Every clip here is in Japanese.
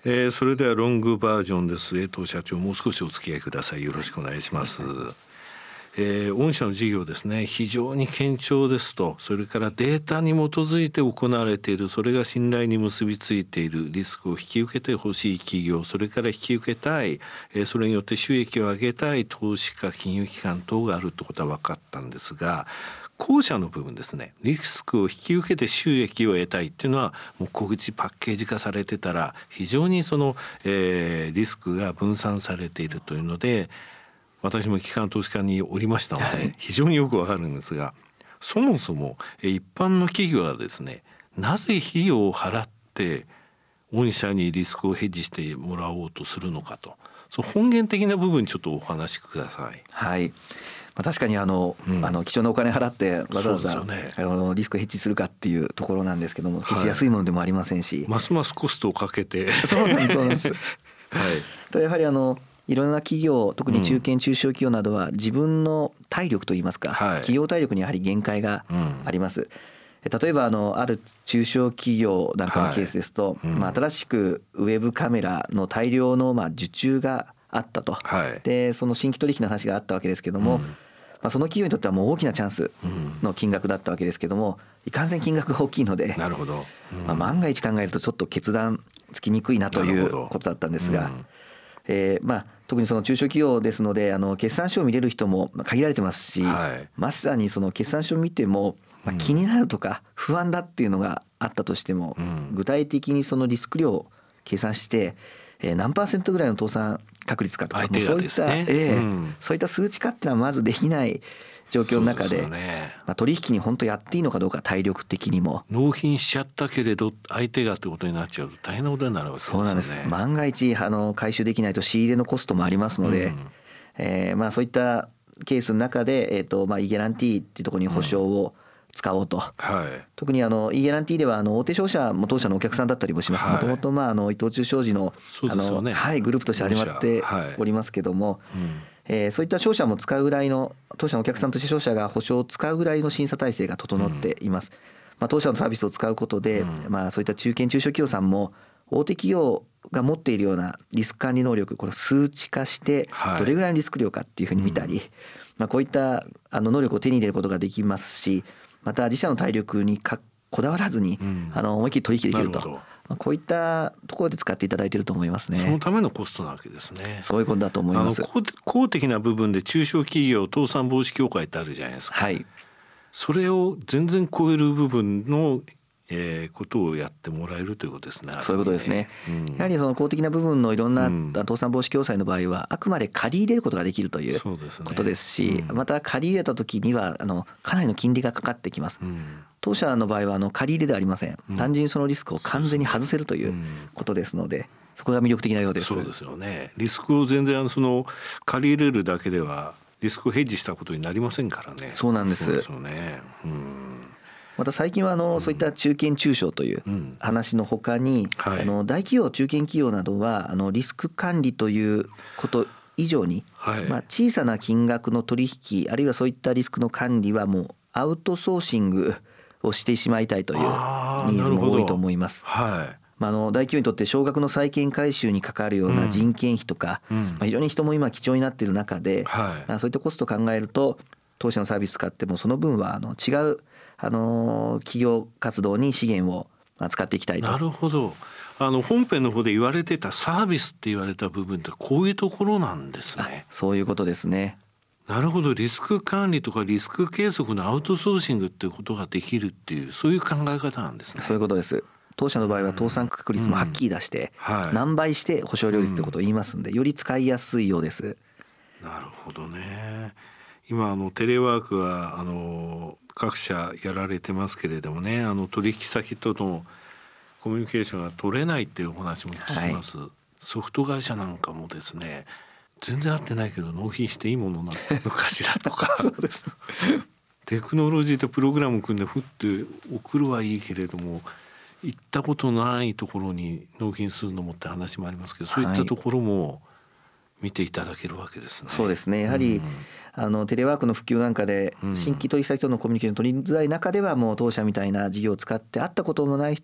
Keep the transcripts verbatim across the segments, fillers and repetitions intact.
えー、それではロングバージョンです。江藤社長、もう少しお付き合いください。よろしくお願いします。えー、御社の事業ですね、非常に堅調ですと、それからデータに基づいて行われている、それが信頼に結びついている、リスクを引き受けてほしい企業、それから引き受けたい、えー、それによって収益を上げたい投資家、金融機関等があるということは分かったんですが、後者の部分ですね、リスクを引き受けて収益を得たいっていうのはもう小口パッケージ化されてたら非常にその、えー、リスクが分散されているというので、私も機関投資家におりましたので非常によくわかるんですが、そもそも一般の企業はですね、なぜ費用を払って御社にリスクをヘッジしてもらおうとするのかと、その本源的な部分にちょっとお話しください。 はい、まあ、確かにあの、うん、あの貴重なお金払ってわざわざ、ね、あのリスクヘッジするかっていうところなんですけども、決して安いものでもありませんし、はい、 ますますコストをかけてそうなんです、そうなんですはい、とやはりあのいろんな企業、特に中堅中小企業などは自分の体力といいますか、うん、企業体力にやはり限界があります、うん、例えばあのある中小企業なんかのケースですと、はい、まあ、新しくウェブカメラの大量のまあ受注があったと、はい、でその新規取引の話があったわけですけども、うん、まあ、その企業にとってはもう大きなチャンスの金額だったわけですけども、いかんせん金額が大きいので、 なるほど、うん、 まあ、万が一考えるとちょっと決断つきにくいなということだったんですが、えーまあ、特にその中小企業ですので、あの決算書を見れる人も限られてますし、はい、まさにその決算書を見ても、まあ、気になるとか不安だっていうのがあったとしても、うん、具体的にそのリスク量を計算して、えー、何パーセントぐらいの倒産確率かとか、もうそういった、ね、えーうん、そういった数値化っていうのはまずできない状況の中で、ね、まあ、取引に本当やっていいのかどうか、体力的にも納品しちゃったけれど相手がってことになっちゃうと大変なことになるわけですよね。 そうなんです。万が一あの回収できないと仕入れのコストもありますので、うん、えーまあ、そういったケースの中で、えーとまあ、イーギャランティーっていうところに保証を使おうと、うん、はい、特にあの イーギャランティーではあの大手商社も当社のお客さんだったりもします。もともとまああの伊藤忠商事の、あの、ね、はい、グループとして始まっておりますけども、はい、うん、えー、そういった商社も使うぐらいの、当社のお客さんとして商社が保証を使うぐらいの審査体制が整っています、うん、まあ、当社のサービスを使うことで、うん、まあ、そういった中堅中小企業さんも大手企業が持っているようなリスク管理能力、これを数値化してどれぐらいのリスク量かっていうふうに見たり、はい、まあ、こういったあの能力を手に入れることができますし、また自社の体力にかこだわらずに、うん、あの思い切り取引できると、まあ、こういったところで使っていただいていると思いますね。 そのためのコストなわけですね。 そういうことだと思います。 あの公的な部分で中小企業倒産防止協会ってあるじゃないですか、はい、それを全然超える部分の、えー、ことをやってもらえるということですね。 そういうことですね、うん、やはりその公的な部分のいろんな倒産防止共済の場合はあくまで借り入れることができるということですし、そうですね、うん、また借り入れた時にはあのかなりの金利がかかってきます、うん、当社の場合はあの借り入れではありません、うん、単純にそのリスクを完全に外せるということですので、そこが魅力的なようです。 そうですよね。リスクを全然その借り入れるだけではリスクをヘッジしたことになりませんからね。 そうなんです。 そうですよね、うん、 また最近はあの、うん、そういった中堅中小という話のほかに、うん、はい、あの大企業中堅企業などはあのリスク管理ということ以上に、はい、まあ、小さな金額の取引あるいはそういったリスクの管理はもうアウトソーシングをしてしまいたいというニーズも多いと思います。はい、まあ、あの大企業にとって少額の債権回収にかかるような人件費とか、うん、まあ、非常に人も今貴重になっている中で、はい、まあ、そういったコストを考えると当社のサービス使ってもその分はあの違うあの企業活動に資源を使っていきたいと。 なるほど。あの本編の方で言われてたサービスって言われた部分ってこういうところなんですね。 そういうことですね。 なるほど。リスク管理とかリスク計測のアウトソーシングっていうことができるっていう、そういう考え方なんですね。 そういうことです。当社の場合は倒産確率もはっきり出して何倍して保証料率ってことを言いますんで、より使いやすいようです。 なるほどね。今あのテレワークはあの各社やられてますけれどもね、あの取引先とのコミュニケーションが取れないっていうお話も聞きます、はい、ソフト会社なんかもですね、全然合ってないけど納品していいものなのかしらとかそうです、テクノロジーとプログラム組んでふって送るはいいけれども行ったことないところに納品するのもって話もありますけど、そういったところも見ていただけるわけですね。 そうですね。やはり、うん、あのテレワークの普及なんかで新規取引先とのコミュニケーション取りづらい中ではもう当社みたいな事業を使って会ったこともない人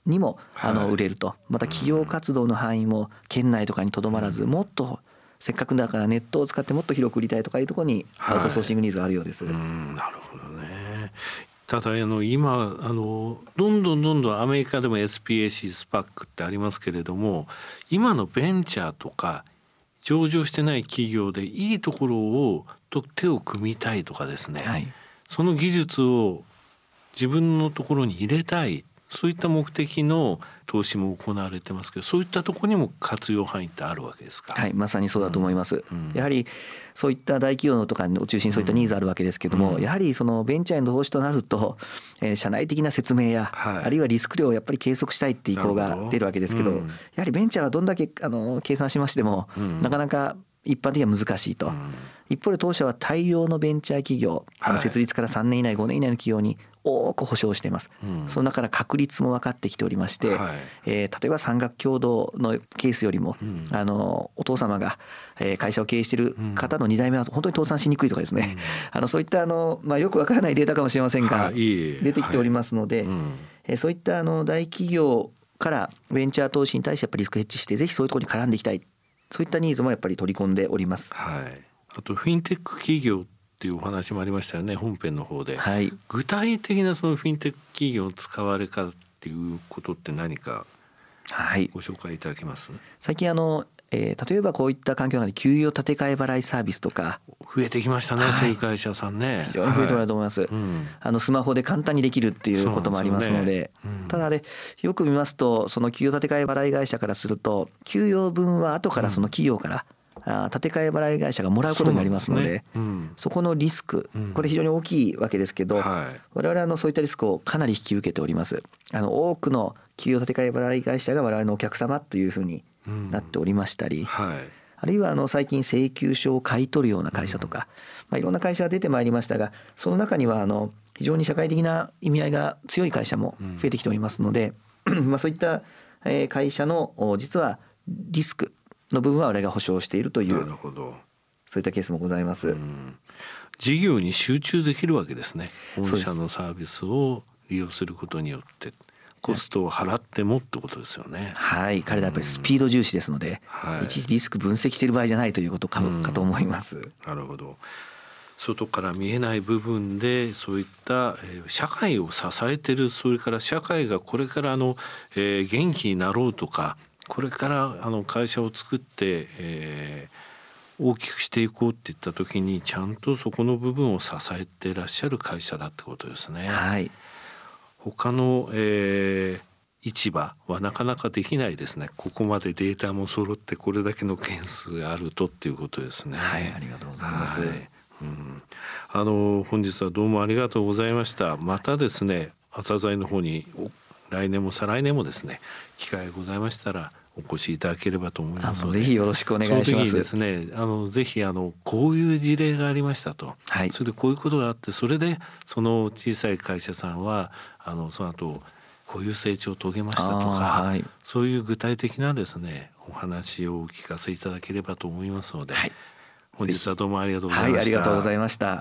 にもあのはい売れると。また企業活動の範囲も県内とかにとどまらず、もっとせっかくだからネットを使ってもっと広く売りたいとかいうところにアウトソーシングニーズがあるようです。 はい、うんなるほどね。ただあの今あのどんどんどんどんアメリカでも エスピーエーシー スパックってありますけれども、今のベンチャーとか上場してない企業でいいところをと手を組みたいとかですね、 はい、 その技術を自分のところに入れたい、そういった目的の投資も行われてますけど、そういったところにも活用範囲ってあるわけですか。 はい、まさにそうだと思います、 うんうん、 やはりそういった大企業とかを中心にそういったニーズあるわけですけども、うん、やはりそのベンチャーへの投資となると、えー、社内的な説明や、はい、あるいはリスク量をやっぱり計測したいっていう意向が出るわけですけど、うん、やはりベンチャーはどんだけあの計算しましても、うん、なかなか一般的には難しいと、うん、一方で当社は大量のベンチャー企業、あの設立からさんねん以内ごねん以内の企業に多く保証しています、うん、その中から確率も分かってきておりまして、はい、えー、例えば産学共同のケースよりも、うん、あのお父様が、えー、会社を経営している方のに代目は本当に倒産しにくいとかですね、うん、あのそういったあの、まあ、よく分からないデータかもしれませんが、はい、出てきておりますので、はい、うん、えー、そういったあの大企業からベンチャー投資に対してやっぱりリスクヘッジしてぜひそういうところに絡んでいきたい、そういったニーズもやっぱり取り込んでおります。 はい、あとフィンテック企業っていうお話もありましたよね、本編の方で、はい、具体的なそのフィンテック企業の使われ方っていうことって何かご紹介いただけます？ はい、最近あの、えー、例えばこういった環境なので給与立て替え払いサービスとか増えてきましたね、はい、そういう会社さんね、 非常に増えておられると思います、はい、うん、あのスマホで簡単にできるっていうこともありますの で, で、ね、うん、ただあれよく見ますとその給与立て替え払い会社からすると給与分は後からその企業から、うん、あ立て替え払い会社がもらうことになりますの で, そ, で、ね、うん、そこのリスク、これ非常に大きいわけですけど、うん、はい、我々はあのそういったリスクをかなり引き受けております。あの多くの給与立て替え払い会社が我々のお客様というふうになっておりましたり、うん、はい、あるいはあの最近請求書を買い取るような会社とか、まあ、いろんな会社が出てまいりましたが、その中にはあの非常に社会的な意味合いが強い会社も増えてきておりますので、うん、まあそういった会社の実はリスクの部分は我々が保証しているという、なるほど、そういったケースもございます。うん、 事業に集中できるわけですね。御社のサービスを利用することによってコストを払ってもってことですよね。 はい、彼らやっぱりスピード重視ですので、はい、一時リスク分析している場合じゃないということか、かと思います。 なるほど。外から見えない部分でそういった、えー、社会を支えている、それから社会がこれからあの、えー、元気になろうとか、これからあの会社を作って、えー、大きくしていこうっていった時にちゃんとそこの部分を支えていらっしゃる会社だってことですね。はい、他の、えー、市場はなかなかできないですね。ここまでデータも揃ってこれだけの件数があるとっていうことですね。 はい、ありがとうございます。はい、 うん、あの本日はどうもありがとうございました。またですね、朝鮮の方に来年も再来年もですね、機会がございましたらお越しいただければと思いますので、 ぜひよろしくお願いします。 その時にですね、あのぜひあのこういう事例がありましたと、はい、それでこういうことがあって、それでその小さい会社さんはあのその後こういう成長を遂げましたとか、はい、そういう具体的なですねお話をお聞かせいただければと思いますので、はい、本日はどうもありがとうございました。 はい、ありがとうございました。